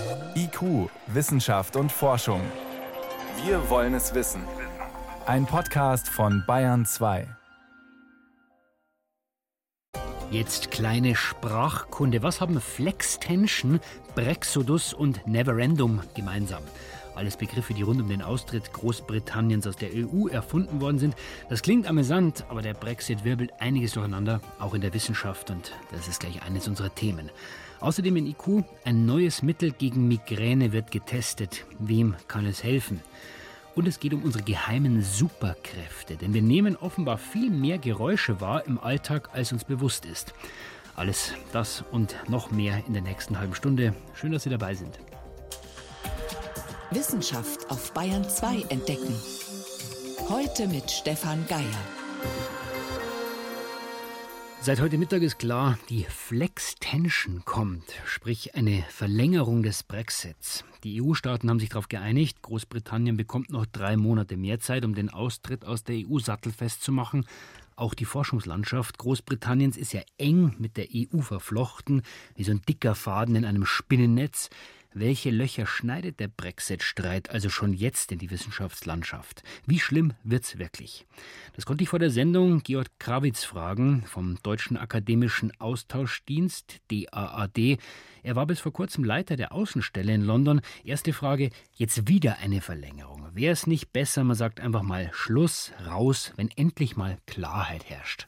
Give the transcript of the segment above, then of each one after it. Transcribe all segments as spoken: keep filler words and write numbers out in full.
I Q, Wissenschaft und Forschung. Wir wollen es wissen. Ein Podcast von Bayern zwei. Jetzt kleine Sprachkunde. Was haben Flextension, Brexodus und Neverendum gemeinsam? Alles Begriffe, die rund um den Austritt Großbritanniens aus der E U erfunden worden sind. Das klingt amüsant, aber der Brexit wirbelt einiges durcheinander, auch in der Wissenschaft. Und das ist gleich eines unserer Themen. Außerdem in I Q, ein neues Mittel gegen Migräne wird getestet. Wem kann es helfen? Und es geht um unsere geheimen Superkräfte. Denn wir nehmen offenbar viel mehr Geräusche wahr im Alltag, als uns bewusst ist. Alles das und noch mehr in der nächsten halben Stunde. Schön, dass Sie dabei sind. Wissenschaft auf Bayern zwei entdecken. Heute mit Stefan Geier. Seit heute Mittag ist klar, die Flextension kommt, sprich eine Verlängerung des Brexits. Die E U-Staaten haben sich darauf geeinigt, Großbritannien bekommt noch drei Monate mehr Zeit, um den Austritt aus der E U sattelfest zu machen. Auch die Forschungslandschaft Großbritanniens ist ja eng mit der E U verflochten, wie so ein dicker Faden in einem Spinnennetz. Welche Löcher schneidet der Brexit-Streit also schon jetzt in die Wissenschaftslandschaft? Wie schlimm wird's wirklich? Das konnte ich vor der Sendung Georg Krawitz fragen, vom Deutschen Akademischen Austauschdienst, D A A D. Er war bis vor kurzem Leiter der Außenstelle in London. Erste Frage, jetzt wieder eine Verlängerung. Wäre es nicht besser, man sagt einfach mal Schluss, raus, wenn endlich mal Klarheit herrscht?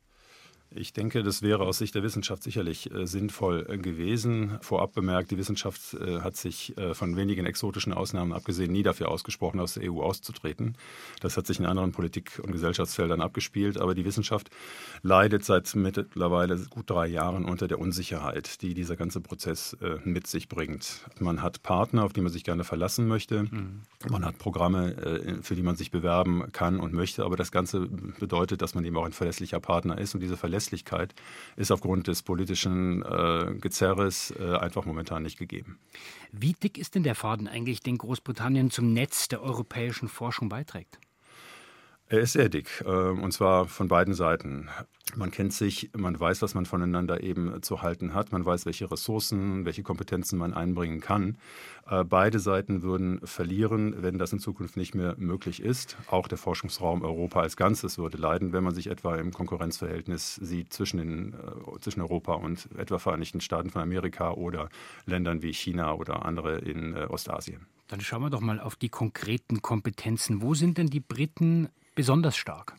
Ich denke, das wäre aus Sicht der Wissenschaft sicherlich äh, sinnvoll äh, gewesen. Vorab bemerkt, die Wissenschaft äh, hat sich äh, von wenigen exotischen Ausnahmen abgesehen nie dafür ausgesprochen, aus der E U auszutreten. Das hat sich in anderen Politik- und Gesellschaftsfeldern abgespielt. Aber die Wissenschaft leidet seit mittlerweile gut drei Jahren unter der Unsicherheit, die dieser ganze Prozess äh, mit sich bringt. Man hat Partner, auf die man sich gerne verlassen möchte. Mhm. Man hat Programme, äh, für die man sich bewerben kann und möchte. Aber das Ganze bedeutet, dass man eben auch ein verlässlicher Partner ist. Und diese Verlässlichkeit ist aufgrund des politischen äh, Gezerres äh, einfach momentan nicht gegeben. Wie dick ist denn der Faden eigentlich, den Großbritannien zum Netz der europäischen Forschung beiträgt? Er ist sehr dick, äh, und zwar von beiden Seiten. Man kennt sich, man weiß, was man voneinander eben zu halten hat, man weiß, welche Ressourcen, welche Kompetenzen man einbringen kann. Äh, beide Seiten würden verlieren, wenn das in Zukunft nicht mehr möglich ist. Auch der Forschungsraum Europa als Ganzes würde leiden, wenn man sich etwa im Konkurrenzverhältnis sieht zwischen, den, äh, zwischen Europa und etwa Vereinigten Staaten von Amerika oder Ländern wie China oder andere in äh, Ostasien. Dann schauen wir doch mal auf die konkreten Kompetenzen. Wo sind denn die Briten besonders stark?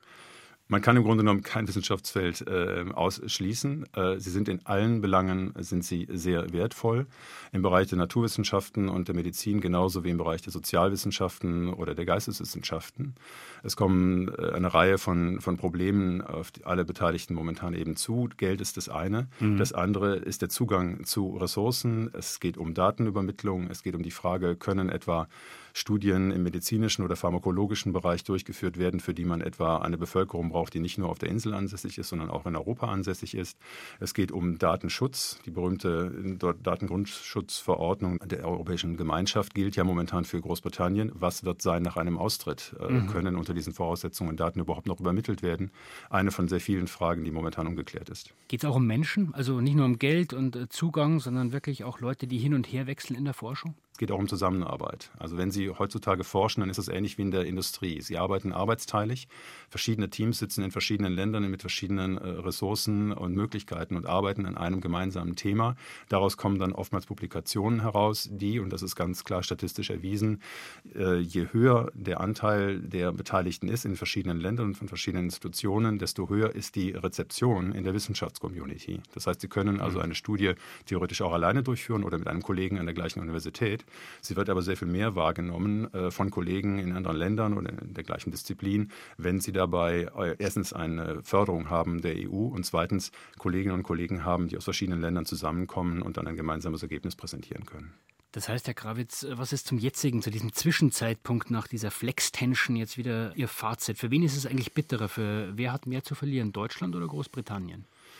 Man kann im Grunde genommen kein Wissenschaftsfeld äh, ausschließen. Äh, sie sind in allen Belangen sind sie sehr wertvoll. Im Bereich der Naturwissenschaften und der Medizin genauso wie im Bereich der Sozialwissenschaften oder der Geisteswissenschaften. Es kommen äh, eine Reihe von, von Problemen auf die, alle Beteiligten momentan eben zu. Geld ist das eine. Mhm. Das andere ist der Zugang zu Ressourcen. Es geht um Datenübermittlung. Es geht um die Frage, können etwa Studien im medizinischen oder pharmakologischen Bereich durchgeführt werden, für die man etwa eine Bevölkerung braucht, die nicht nur auf der Insel ansässig ist, sondern auch in Europa ansässig ist. Es geht um Datenschutz. Die berühmte Datengrundschutzverordnung der Europäischen Gemeinschaft gilt ja momentan für Großbritannien. Was wird sein nach einem Austritt? Mhm. Können unter diesen Voraussetzungen Daten überhaupt noch übermittelt werden? Eine von sehr vielen Fragen, die momentan ungeklärt ist. Geht es auch um Menschen? Also nicht nur um Geld und Zugang, sondern wirklich auch Leute, die hin und her wechseln in der Forschung? Es geht auch um Zusammenarbeit. Also wenn Sie heutzutage forschen, dann ist es ähnlich wie in der Industrie. Sie arbeiten arbeitsteilig. Verschiedene Teams sitzen in verschiedenen Ländern mit verschiedenen äh, Ressourcen und Möglichkeiten und arbeiten an einem gemeinsamen Thema. Daraus kommen dann oftmals Publikationen heraus, die, und das ist ganz klar statistisch erwiesen, äh, je höher der Anteil der Beteiligten ist in verschiedenen Ländern und von verschiedenen Institutionen, desto höher ist die Rezeption in der Wissenschaftscommunity. Das heißt, Sie können also eine Studie theoretisch auch alleine durchführen oder mit einem Kollegen an der gleichen Universität. Sie wird aber sehr viel mehr wahrgenommen äh, von Kollegen in anderen Ländern oder in der gleichen Disziplin, wenn sie dabei äh, erstens eine Förderung haben der E U und zweitens Kolleginnen und Kollegen haben, die aus verschiedenen Ländern zusammenkommen und dann ein gemeinsames Ergebnis präsentieren können. Das heißt, Herr Krawitz, was ist zum jetzigen, zu diesem Zwischenzeitpunkt nach dieser Flextension jetzt wieder Ihr Fazit? Für wen ist es eigentlich bitterer? Für wer hat mehr zu verlieren, Deutschland oder Großbritannien?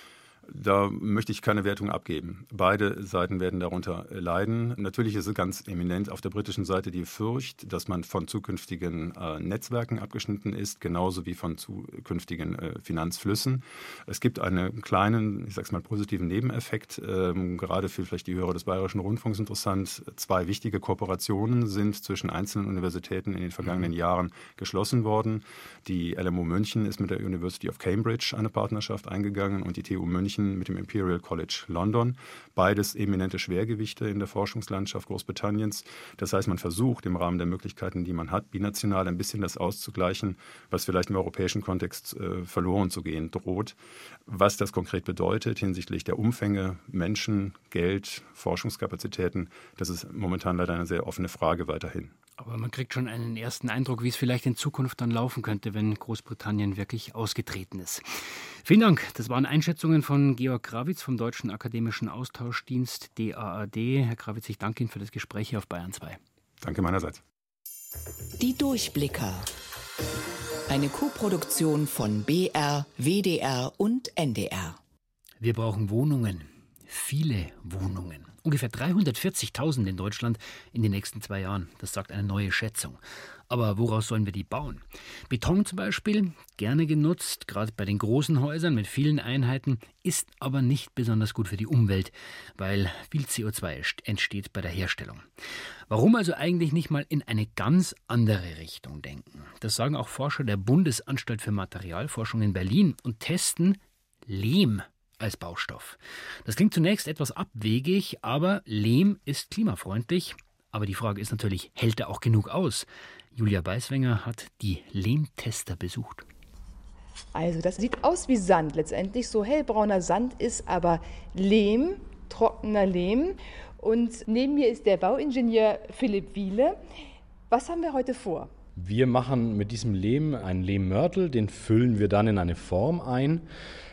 Da möchte ich keine Wertung abgeben. Beide Seiten werden darunter leiden. Natürlich ist es ganz eminent auf der britischen Seite die Furcht, dass man von zukünftigen äh, Netzwerken abgeschnitten ist, genauso wie von zukünftigen äh, Finanzflüssen. Es gibt einen kleinen, ich sag's mal, positiven Nebeneffekt, ähm, gerade für vielleicht die Hörer des Bayerischen Rundfunks interessant. Zwei wichtige Kooperationen sind zwischen einzelnen Universitäten in den vergangenen Jahren geschlossen worden. Die L M U München ist mit der University of Cambridge eine Partnerschaft eingegangen und die T U München mit dem Imperial College London. Beides eminente Schwergewichte in der Forschungslandschaft Großbritanniens. Das heißt, man versucht im Rahmen der Möglichkeiten, die man hat, binational ein bisschen das auszugleichen, was vielleicht im europäischen Kontext äh, verloren zu gehen droht. Was das konkret bedeutet hinsichtlich der Umfänge, Menschen, Geld, Forschungskapazitäten, das ist momentan leider eine sehr offene Frage weiterhin. Aber man kriegt schon einen ersten Eindruck, wie es vielleicht in Zukunft dann laufen könnte, wenn Großbritannien wirklich ausgetreten ist. Vielen Dank. Das waren Einschätzungen von Georg Grawitz vom Deutschen Akademischen Austauschdienst D A A D. Herr Grawitz, ich danke Ihnen für das Gespräch hier auf Bayern zwei. Danke meinerseits. Die Durchblicker. Eine Koproduktion von B R, W D R und N D R. Wir brauchen Wohnungen. Viele Wohnungen. Ungefähr dreihundertvierzigtausend in Deutschland in den nächsten zwei Jahren. Das sagt eine neue Schätzung. Aber woraus sollen wir die bauen? Beton zum Beispiel, gerne genutzt, gerade bei den großen Häusern mit vielen Einheiten, ist aber nicht besonders gut für die Umwelt, weil viel C O zwei entsteht bei der Herstellung. Warum also eigentlich nicht mal in eine ganz andere Richtung denken? Das sagen auch Forscher der Bundesanstalt für Materialforschung in Berlin und testen Lehm als Baustoff. Das klingt zunächst etwas abwegig, aber Lehm ist klimafreundlich. Aber die Frage ist natürlich, hält er auch genug aus? Julia Beiswenger hat die Lehmtester besucht. Also das sieht aus wie Sand letztendlich, so hellbrauner Sand ist aber Lehm, trockener Lehm. Und neben mir ist der Bauingenieur Philipp Wiele. Was haben wir heute vor? Wir machen mit diesem Lehm einen Lehmmörtel, den füllen wir dann in eine Form ein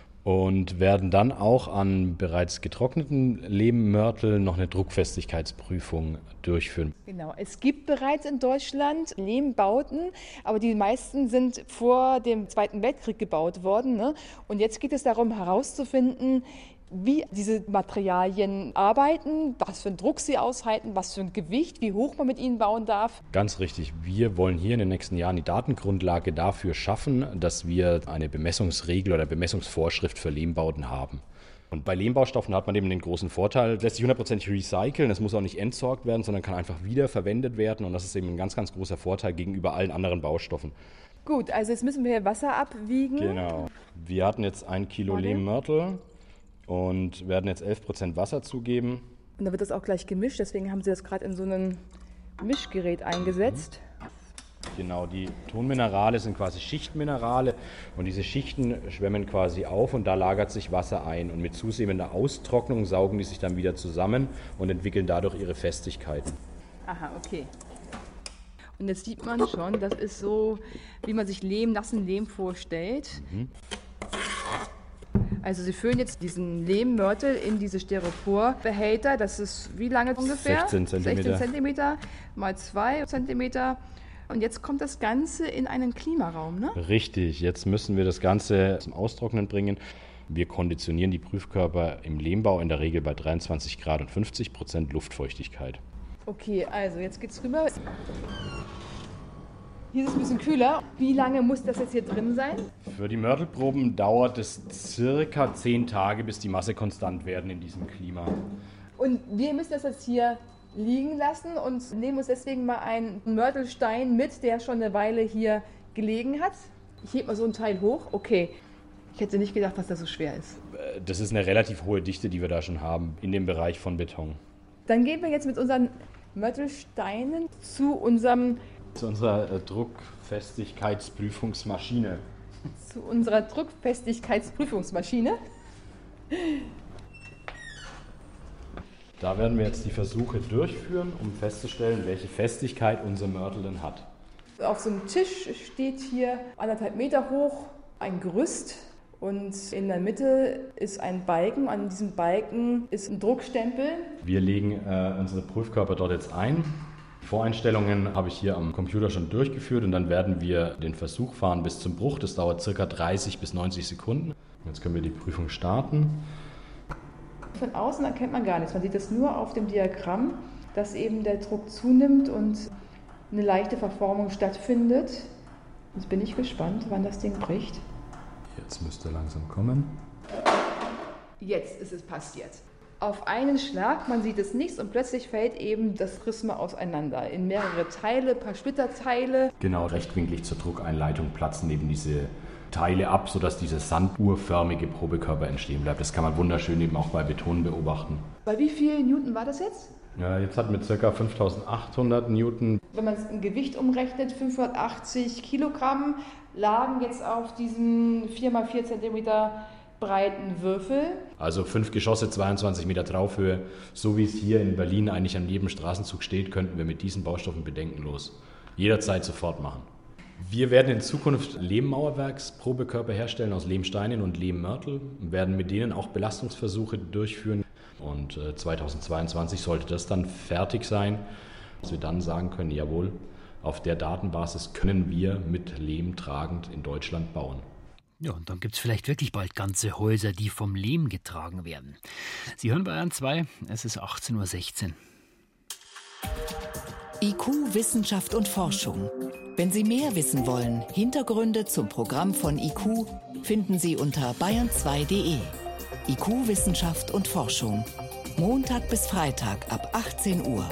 und werden dann auch an bereits getrockneten Lehmmörtel noch eine Druckfestigkeitsprüfung durchführen. Genau, es gibt bereits in Deutschland Lehmbauten, aber die meisten sind vor dem Zweiten Weltkrieg gebaut worden, ne? Und jetzt geht es darum herauszufinden, wie diese Materialien arbeiten, was für einen Druck sie aushalten, was für ein Gewicht, wie hoch man mit ihnen bauen darf. Ganz richtig. Wir wollen hier in den nächsten Jahren die Datengrundlage dafür schaffen, dass wir eine Bemessungsregel oder Bemessungsvorschrift für Lehmbauten haben. Und bei Lehmbaustoffen hat man eben den großen Vorteil, es lässt sich hundertprozentig recyceln, es muss auch nicht entsorgt werden, sondern kann einfach wiederverwendet werden. Und das ist eben ein ganz, ganz großer Vorteil gegenüber allen anderen Baustoffen. Gut, also jetzt müssen wir hier Wasser abwiegen. Genau. Wir hatten jetzt ein Kilo Warte. Lehmmörtel. Und werden jetzt elf Prozent Wasser zugeben. Und dann wird das auch gleich gemischt, deswegen haben Sie das gerade in so ein Mischgerät eingesetzt. Genau, die Tonminerale sind quasi Schichtminerale und diese Schichten schwemmen quasi auf und da lagert sich Wasser ein. Und mit zunehmender Austrocknung saugen die sich dann wieder zusammen und entwickeln dadurch ihre Festigkeiten. Aha, okay. Und jetzt sieht man schon, das ist so, wie man sich Lehm, nassen Lehm vorstellt. Mhm. Also Sie füllen jetzt diesen Lehmmörtel in diese Styroporbehälter. Das ist wie lange ungefähr? sechzehn Zentimeter. sechzehn Zentimeter mal zwei Zentimeter. Und jetzt kommt das Ganze in einen Klimaraum, ne? Richtig, jetzt müssen wir das Ganze zum Austrocknen bringen. Wir konditionieren die Prüfkörper im Lehmbau in der Regel bei dreiundzwanzig Grad und fünfzig Prozent Luftfeuchtigkeit. Okay, also jetzt geht's rüber. Hier ist es ein bisschen kühler. Wie lange muss das jetzt hier drin sein? Für die Mörtelproben dauert es circa zehn Tage, bis die Masse konstant werden in diesem Klima. Und wir müssen das jetzt hier liegen lassen und nehmen uns deswegen mal einen Mörtelstein mit, der schon eine Weile hier gelegen hat. Ich hebe mal so ein Teil hoch. Okay. Ich hätte nicht gedacht, dass das so schwer ist. Das ist eine relativ hohe Dichte, die wir da schon haben in dem Bereich von Beton. Dann gehen wir jetzt mit unseren Mörtelsteinen zu unserem Zu unserer äh, Druckfestigkeitsprüfungsmaschine. Zu unserer Druckfestigkeitsprüfungsmaschine. Da werden wir jetzt die Versuche durchführen, um festzustellen, welche Festigkeit unser Mörtel denn hat. Auf so einem Tisch steht hier anderthalb Meter hoch ein Gerüst und in der Mitte ist ein Balken. An diesem Balken ist ein Druckstempel. Wir legen äh, unsere Prüfkörper dort jetzt ein. Voreinstellungen habe ich hier am Computer schon durchgeführt und dann werden wir den Versuch fahren bis zum Bruch. Das dauert ca. dreißig bis neunzig Sekunden. Jetzt können wir die Prüfung starten. Von außen erkennt man gar nichts. Man sieht es nur auf dem Diagramm, dass eben der Druck zunimmt und eine leichte Verformung stattfindet. Jetzt bin ich gespannt, wann das Ding bricht. Jetzt müsste langsam kommen. Jetzt ist es passiert. Auf einen Schlag, man sieht es nichts und plötzlich fällt eben das Prisma auseinander in mehrere Teile, ein paar Splitterteile. Genau, rechtwinklig zur Druckeinleitung platzen eben diese Teile ab, sodass dieser sanduhrförmige Probekörper entstehen bleibt. Das kann man wunderschön eben auch bei Beton beobachten. Bei wie viel Newton war das jetzt? Ja, jetzt hat mit ca. fünftausendachthundert Newton. Wenn man es in Gewicht umrechnet, fünfhundertachtzig Kilogramm lagen jetzt auf diesem vier mal vier Zentimeter breiten Würfel. Also fünf Geschosse, zweiundzwanzig Meter Traufhöhe. So wie es hier in Berlin eigentlich an jedem Straßenzug steht, könnten wir mit diesen Baustoffen bedenkenlos jederzeit sofort machen. Wir werden in Zukunft Lehmmauerwerksprobekörper herstellen aus Lehmsteinen und Lehmmörtel und werden mit denen auch Belastungsversuche durchführen. Und äh, zweitausendzweiundzwanzig sollte das dann fertig sein, dass wir dann sagen können, jawohl, auf der Datenbasis können wir mit Lehm tragend in Deutschland bauen. Ja, und dann gibt es vielleicht wirklich bald ganze Häuser, die vom Lehm getragen werden. Sie hören Bayern zwei, es ist achtzehn Uhr sechzehn. I Q, Wissenschaft und Forschung. Wenn Sie mehr wissen wollen, Hintergründe zum Programm von I Q finden Sie unter bayern zwei punkt de. I Q, Wissenschaft und Forschung. Montag bis Freitag ab achtzehn Uhr.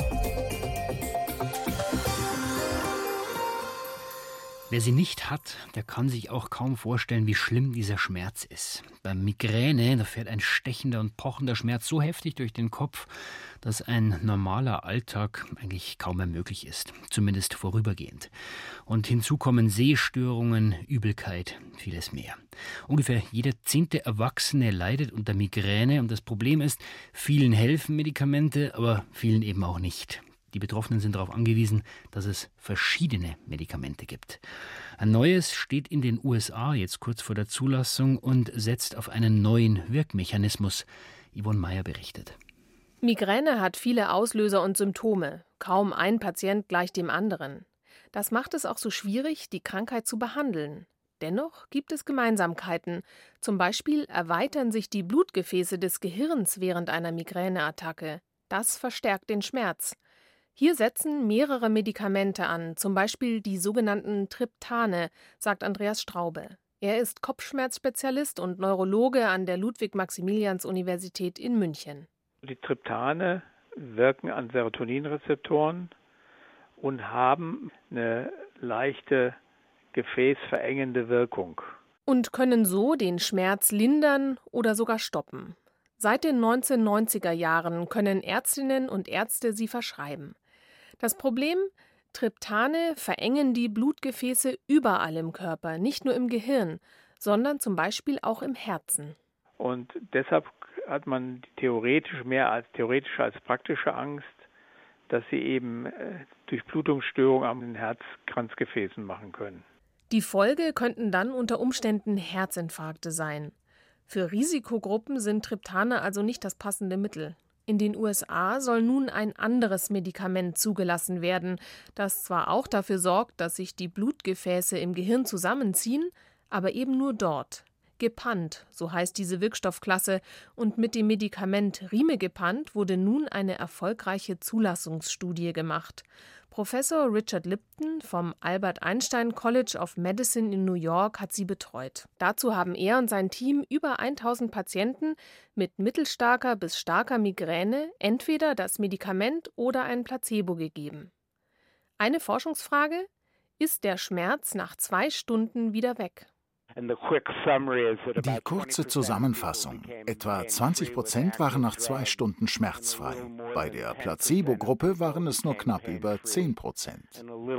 Wer sie nicht hat, der kann sich auch kaum vorstellen, wie schlimm dieser Schmerz ist. Beim Migräne, da fährt ein stechender und pochender Schmerz so heftig durch den Kopf, dass ein normaler Alltag eigentlich kaum mehr möglich ist, zumindest vorübergehend. Und hinzu kommen Sehstörungen, Übelkeit, vieles mehr. Ungefähr jeder zehnte Erwachsene leidet unter Migräne und das Problem ist, vielen helfen Medikamente, aber vielen eben auch nicht. Die Betroffenen sind darauf angewiesen, dass es verschiedene Medikamente gibt. Ein neues steht in den U S A jetzt kurz vor der Zulassung und setzt auf einen neuen Wirkmechanismus. Yvonne Meyer berichtet. Migräne hat viele Auslöser und Symptome. Kaum ein Patient gleich dem anderen. Das macht es auch so schwierig, die Krankheit zu behandeln. Dennoch gibt es Gemeinsamkeiten. Zum Beispiel erweitern sich die Blutgefäße des Gehirns während einer Migräneattacke. Das verstärkt den Schmerz. Hier setzen mehrere Medikamente an, zum Beispiel die sogenannten Triptane, sagt Andreas Straube. Er ist Kopfschmerzspezialist und Neurologe an der Ludwig-Maximilians-Universität in München. Die Triptane wirken an Serotoninrezeptoren und haben eine leichte gefäßverengende Wirkung. Und können so den Schmerz lindern oder sogar stoppen. Seit den neunzehnhundertneunziger Jahren können Ärztinnen und Ärzte sie verschreiben. Das Problem? Triptane verengen die Blutgefäße überall im Körper, nicht nur im Gehirn, sondern zum Beispiel auch im Herzen. Und deshalb hat man theoretisch mehr als theoretische als praktische Angst, dass sie eben äh, Durchblutungsstörungen an den Herzkranzgefäßen machen können. Die Folge könnten dann unter Umständen Herzinfarkte sein. Für Risikogruppen sind Triptane also nicht das passende Mittel. In den U S A soll nun ein anderes Medikament zugelassen werden, das zwar auch dafür sorgt, dass sich die Blutgefäße im Gehirn zusammenziehen, aber eben nur dort. Gepant, so heißt diese Wirkstoffklasse, und mit dem Medikament Rimegepant wurde nun eine erfolgreiche Zulassungsstudie gemacht. Professor Richard Lipton vom Albert Einstein College of Medicine in New York hat sie betreut. Dazu haben er und sein Team über tausend Patienten mit mittelstarker bis starker Migräne entweder das Medikament oder ein Placebo gegeben. Eine Forschungsfrage: Ist der Schmerz nach zwei Stunden wieder weg? Die kurze Zusammenfassung. Etwa zwanzig Prozent waren nach zwei Stunden schmerzfrei. Bei der Placebo-Gruppe waren es nur knapp über zehn Prozent.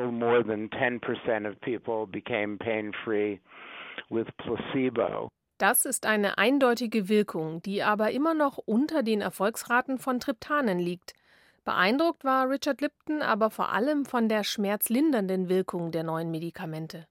Das ist eine eindeutige Wirkung, die aber immer noch unter den Erfolgsraten von Triptanen liegt. Beeindruckt war Richard Lipton aber vor allem von der schmerzlindernden Wirkung der neuen Medikamente.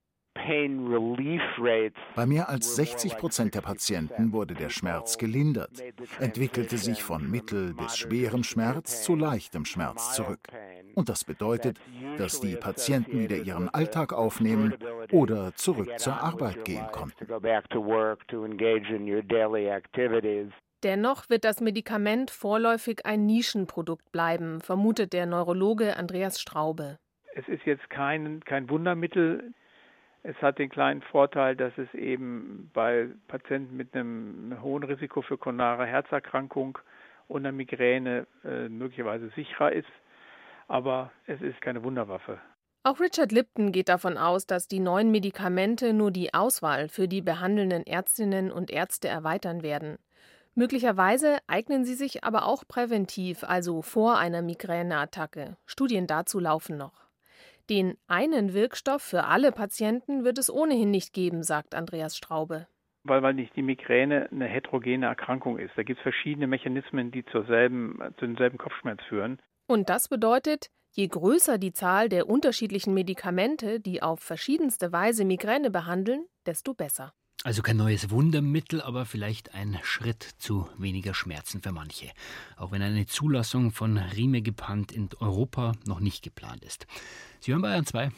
Bei mehr als sechzig Prozent der Patienten wurde der Schmerz gelindert, entwickelte sich von mittel- bis schwerem Schmerz zu leichtem Schmerz zurück. Und das bedeutet, dass die Patienten wieder ihren Alltag aufnehmen oder zurück zur Arbeit gehen konnten. Dennoch wird das Medikament vorläufig ein Nischenprodukt bleiben, vermutet der Neurologe Andreas Straube. Es ist jetzt kein, kein Wundermittel. Es hat den kleinen Vorteil, dass es eben bei Patienten mit einem hohen Risiko für koronare Herzerkrankung und einer Migräne äh, möglicherweise sicherer ist. Aber es ist keine Wunderwaffe. Auch Richard Lipton geht davon aus, dass die neuen Medikamente nur die Auswahl für die behandelnden Ärztinnen und Ärzte erweitern werden. Möglicherweise eignen sie sich aber auch präventiv, also vor einer Migräneattacke. Studien dazu laufen noch. Den einen Wirkstoff für alle Patienten wird es ohnehin nicht geben, sagt Andreas Straube. Weil, weil nicht die Migräne eine heterogene Erkrankung ist. Da gibt es verschiedene Mechanismen, die zur selben, zu demselben Kopfschmerz führen. Und das bedeutet, je größer die Zahl der unterschiedlichen Medikamente, die auf verschiedenste Weise Migräne behandeln, desto besser. Also kein neues Wundermittel, aber vielleicht ein Schritt zu weniger Schmerzen für manche. Auch wenn eine Zulassung von Rimegepant in Europa noch nicht geplant ist. Sie hören Bayern zwei.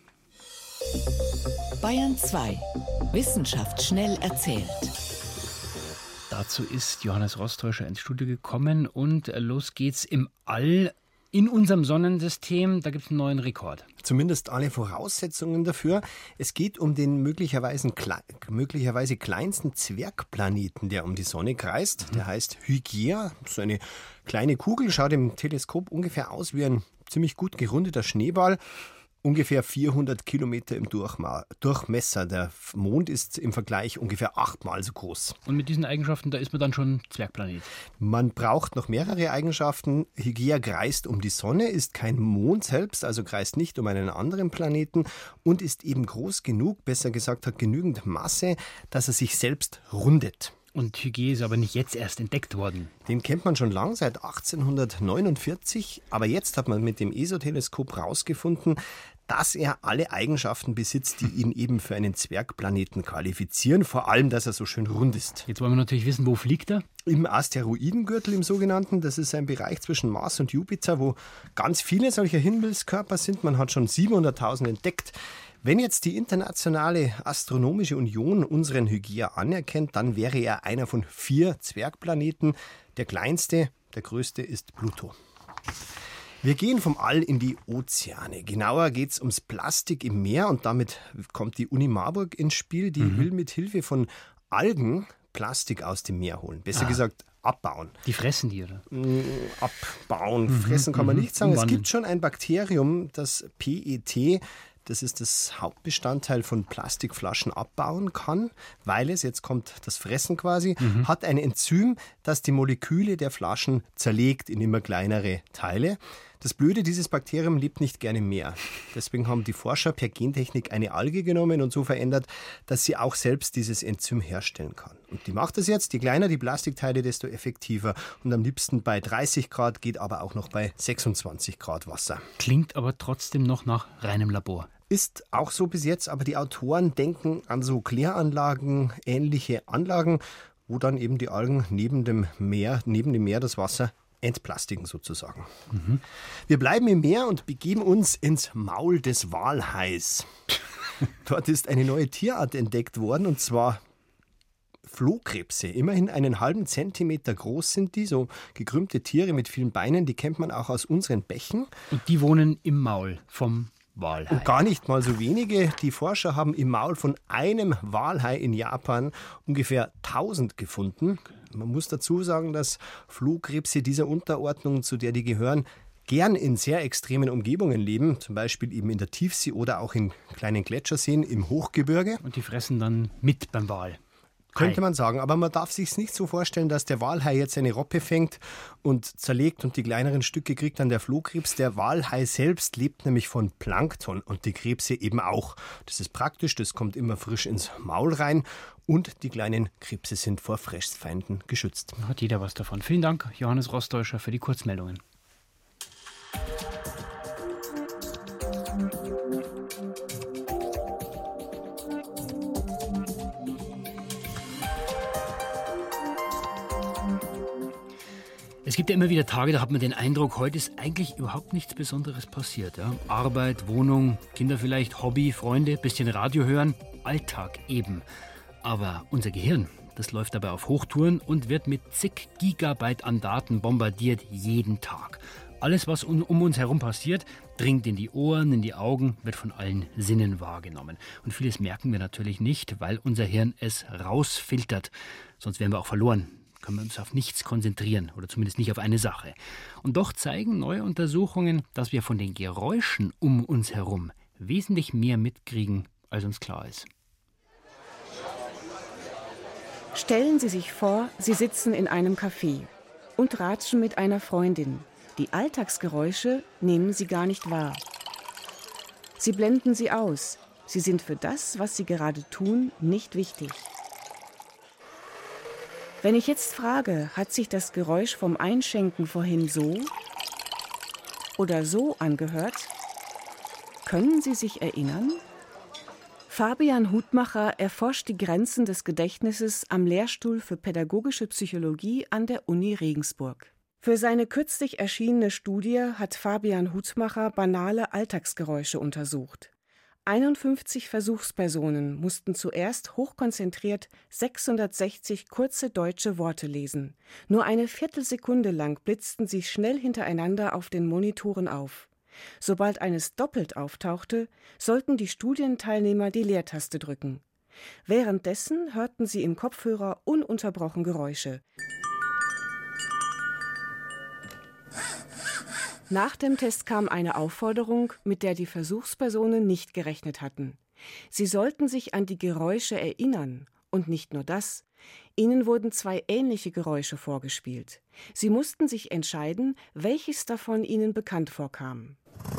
Bayern zwei. Wissenschaft schnell erzählt. Dazu ist Johannes Rostäuscher ins Studio gekommen und los geht's im All. In unserem Sonnensystem, da gibt es einen neuen Rekord. Zumindest alle Voraussetzungen dafür. Es geht um den möglicherweise, klei- möglicherweise kleinsten Zwergplaneten, der um die Sonne kreist. Mhm. Der heißt Hygiea. So eine kleine Kugel, schaut im Teleskop ungefähr aus wie ein ziemlich gut gerundeter Schneeball. Ungefähr vierhundert Kilometer im Durchma- Durchmesser. Der Mond ist im Vergleich ungefähr achtmal so groß. Und mit diesen Eigenschaften, da ist man dann schon Zwergplanet? Man braucht noch mehrere Eigenschaften. Hygiea kreist um die Sonne, ist kein Mond selbst, also kreist nicht um einen anderen Planeten und ist eben groß genug, besser gesagt hat genügend Masse, dass er sich selbst rundet. Und Hygiea ist aber nicht jetzt erst entdeckt worden. Den kennt man schon lang, seit achtzehnhundertneunundvierzig. Aber jetzt hat man mit dem E S O-Teleskop herausgefunden, dass er alle Eigenschaften besitzt, die ihn eben für einen Zwergplaneten qualifizieren. Vor allem, dass er so schön rund ist. Jetzt wollen wir natürlich wissen, wo fliegt er? Im Asteroidengürtel, im sogenannten. Das ist ein Bereich zwischen Mars und Jupiter, wo ganz viele solcher Himmelskörper sind. Man hat schon siebenhunderttausend entdeckt. Wenn jetzt die Internationale Astronomische Union unseren Hygiea anerkennt, dann wäre er einer von vier Zwergplaneten. Der kleinste, der größte ist Pluto. Wir gehen vom All in die Ozeane. Genauer geht es ums Plastik im Meer und damit kommt die Uni Marburg ins Spiel. Die mhm. will mit Hilfe von Algen Plastik aus dem Meer holen. Besser ah. gesagt abbauen. Die fressen die, oder? Abbauen, mhm. fressen kann man nicht sagen. Es gibt schon ein Bakterium, das P E T, das ist das Hauptbestandteil von Plastikflaschen abbauen kann, weil es, jetzt kommt das Fressen quasi, mhm. hat ein Enzym, das die Moleküle der Flaschen zerlegt in immer kleinere Teile. Das Blöde, dieses Bakterium lebt nicht gerne im Meer. Deswegen haben die Forscher per Gentechnik eine Alge genommen und so verändert, dass sie auch selbst dieses Enzym herstellen kann. Und die macht das jetzt. Je kleiner die Plastikteile, desto effektiver. Und am liebsten bei dreißig Grad, geht aber auch noch bei sechsundzwanzig Grad Wasser. Klingt aber trotzdem noch nach reinem Labor. Ist auch so bis jetzt, aber die Autoren denken an so Kläranlagen, ähnliche Anlagen, wo dann eben die Algen neben dem Meer, neben dem Meer das Wasser entplastiken sozusagen. Mhm. Wir bleiben im Meer und begeben uns ins Maul des Walhais. Dort ist eine neue Tierart entdeckt worden, und zwar Flohkrebse. Immerhin einen halben Zentimeter groß sind die, so gekrümmte Tiere mit vielen Beinen, die kennt man auch aus unseren Bächen. Und die wohnen im Maul vom Walhai. Und gar nicht mal so wenige. Die Forscher haben im Maul von einem Walhai in Japan ungefähr tausend gefunden. Man muss dazu sagen, dass Flohkrebse dieser Unterordnung, zu der die gehören, gern in sehr extremen Umgebungen leben, zum Beispiel eben in der Tiefsee oder auch in kleinen Gletscherseen im Hochgebirge. Und die fressen dann mit beim Wal. Könnte man sagen, aber man darf sich nicht so vorstellen, dass der Walhai jetzt eine Robbe fängt und zerlegt und die kleineren Stücke kriegt dann der Flohkrebs. Der Walhai selbst lebt nämlich von Plankton und die Krebse eben auch. Das ist praktisch, das kommt immer frisch ins Maul rein und die kleinen Krebse sind vor Fressfeinden geschützt. Hat jeder was davon. Vielen Dank, Johannes Rostäuscher, für die Kurzmeldungen. Es gibt ja immer wieder Tage, da hat man den Eindruck, heute ist eigentlich überhaupt nichts Besonderes passiert. Ja? Arbeit, Wohnung, Kinder vielleicht, Hobby, Freunde, bisschen Radio hören, Alltag eben. Aber unser Gehirn, Das läuft dabei auf Hochtouren und wird mit zig Gigabyte an Daten bombardiert jeden Tag. Alles, was um, um uns herum passiert, dringt in die Ohren, in die Augen, wird von allen Sinnen wahrgenommen. Und vieles merken wir natürlich nicht, weil unser Hirn es rausfiltert. Sonst wären wir auch verloren. Können wir uns auf nichts konzentrieren oder zumindest nicht auf eine Sache. Und doch zeigen neue Untersuchungen, dass wir von den Geräuschen um uns herum wesentlich mehr mitkriegen, als uns klar ist. Stellen Sie sich vor, Sie sitzen in einem Café und ratschen mit einer Freundin. Die Alltagsgeräusche nehmen Sie gar nicht wahr. Sie blenden sie aus. Sie sind für das, was Sie gerade tun, nicht wichtig. Wenn ich jetzt frage, hat sich das Geräusch vom Einschenken vorhin so oder so angehört? Können Sie sich erinnern? Fabian Hutmacher erforscht die Grenzen des Gedächtnisses am Lehrstuhl für Pädagogische Psychologie an der Uni Regensburg. Für seine kürzlich erschienene Studie hat Fabian Hutmacher banale Alltagsgeräusche untersucht. einundfünfzig Versuchspersonen mussten zuerst hochkonzentriert sechshundertsechzig kurze deutsche Worte lesen. Nur eine Viertelsekunde lang blitzten sie schnell hintereinander auf den Monitoren auf. Sobald eines doppelt auftauchte, sollten die Studienteilnehmer die Leertaste drücken. Währenddessen hörten sie im Kopfhörer ununterbrochen Geräusche. Nach dem Test kam eine Aufforderung, mit der die Versuchspersonen nicht gerechnet hatten. Sie sollten sich an die Geräusche erinnern. Und nicht nur das. Ihnen wurden zwei ähnliche Geräusche vorgespielt. Sie mussten sich entscheiden, welches davon ihnen bekannt vorkam.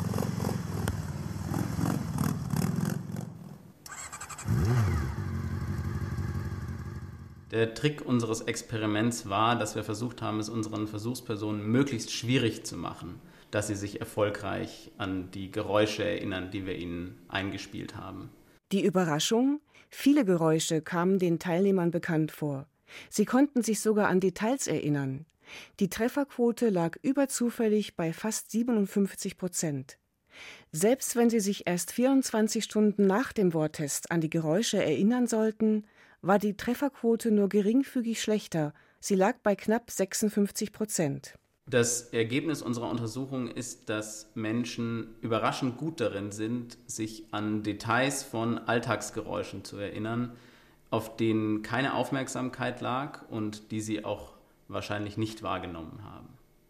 Der Trick unseres Experiments war, dass wir versucht haben, es unseren Versuchspersonen möglichst schwierig zu machen, dass sie sich erfolgreich an die Geräusche erinnern, die wir ihnen eingespielt haben. Die Überraschung? Viele Geräusche kamen den Teilnehmern bekannt vor. Sie konnten sich sogar an Details erinnern. Die Trefferquote lag überzufällig bei fast siebenundfünfzig Prozent. Selbst wenn sie sich erst vierundzwanzig Stunden nach dem Worttest an die Geräusche erinnern sollten, war die Trefferquote nur geringfügig schlechter. Sie lag bei knapp sechsundfünfzig Prozent. Das Ergebnis unserer Untersuchung ist, dass Menschen überraschend gut darin sind, sich an Details von Alltagsgeräuschen zu erinnern, auf denen keine Aufmerksamkeit lag und die sie auch wahrscheinlich nicht wahrgenommen haben.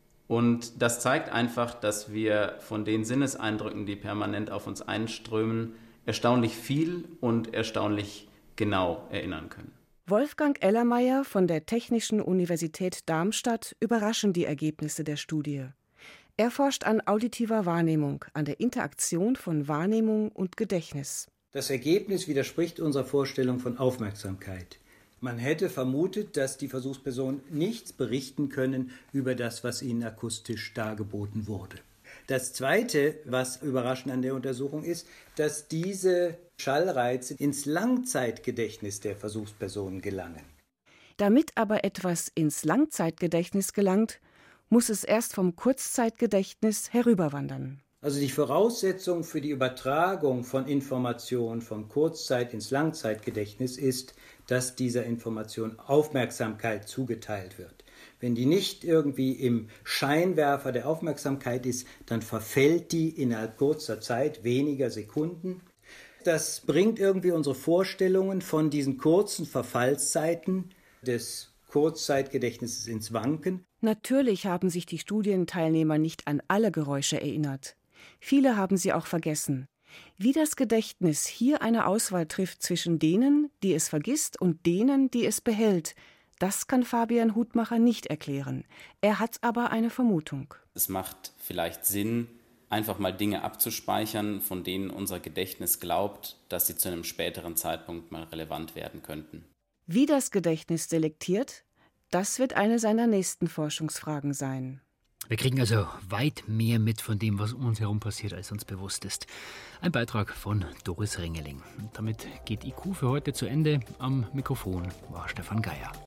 Und das zeigt einfach, dass wir von den Sinneseindrücken, die permanent auf uns einströmen, erstaunlich viel und erstaunlich genau erinnern können. Wolfgang Ellermeier von der Technischen Universität Darmstadt überraschen die Ergebnisse der Studie. Er forscht an auditiver Wahrnehmung, an der Interaktion von Wahrnehmung und Gedächtnis. Das Ergebnis widerspricht unserer Vorstellung von Aufmerksamkeit. Man hätte vermutet, dass die Versuchspersonen nichts berichten können über das, was ihnen akustisch dargeboten wurde. Das Zweite, was überraschend an der Untersuchung ist, dass diese Schallreize ins Langzeitgedächtnis der Versuchspersonen gelangen. Damit aber etwas ins Langzeitgedächtnis gelangt, muss es erst vom Kurzzeitgedächtnis herüberwandern. Also die Voraussetzung für die Übertragung von Informationen vom Kurzzeit- ins Langzeitgedächtnis ist, dass dieser Information Aufmerksamkeit zugeteilt wird. Wenn die nicht irgendwie im Scheinwerfer der Aufmerksamkeit ist, dann verfällt die innerhalb kurzer Zeit, weniger Sekunden. Das bringt irgendwie unsere Vorstellungen von diesen kurzen Verfallszeiten des Kurzzeitgedächtnisses ins Wanken. Natürlich haben sich die Studienteilnehmer nicht an alle Geräusche erinnert. Viele haben sie auch vergessen. Wie das Gedächtnis hier eine Auswahl trifft zwischen denen, die es vergisst, und denen, die es behält, das kann Fabian Hutmacher nicht erklären. Er hat aber eine Vermutung. Es macht vielleicht Sinn, einfach mal Dinge abzuspeichern, von denen unser Gedächtnis glaubt, dass sie zu einem späteren Zeitpunkt mal relevant werden könnten. Wie das Gedächtnis selektiert, das wird eine seiner nächsten Forschungsfragen sein. Wir kriegen also weit mehr mit von dem, was um uns herum passiert, als uns bewusst ist. Ein Beitrag von Doris Ringeling. Und damit geht I Q für heute zu Ende. Am Mikrofon war Stefan Geier.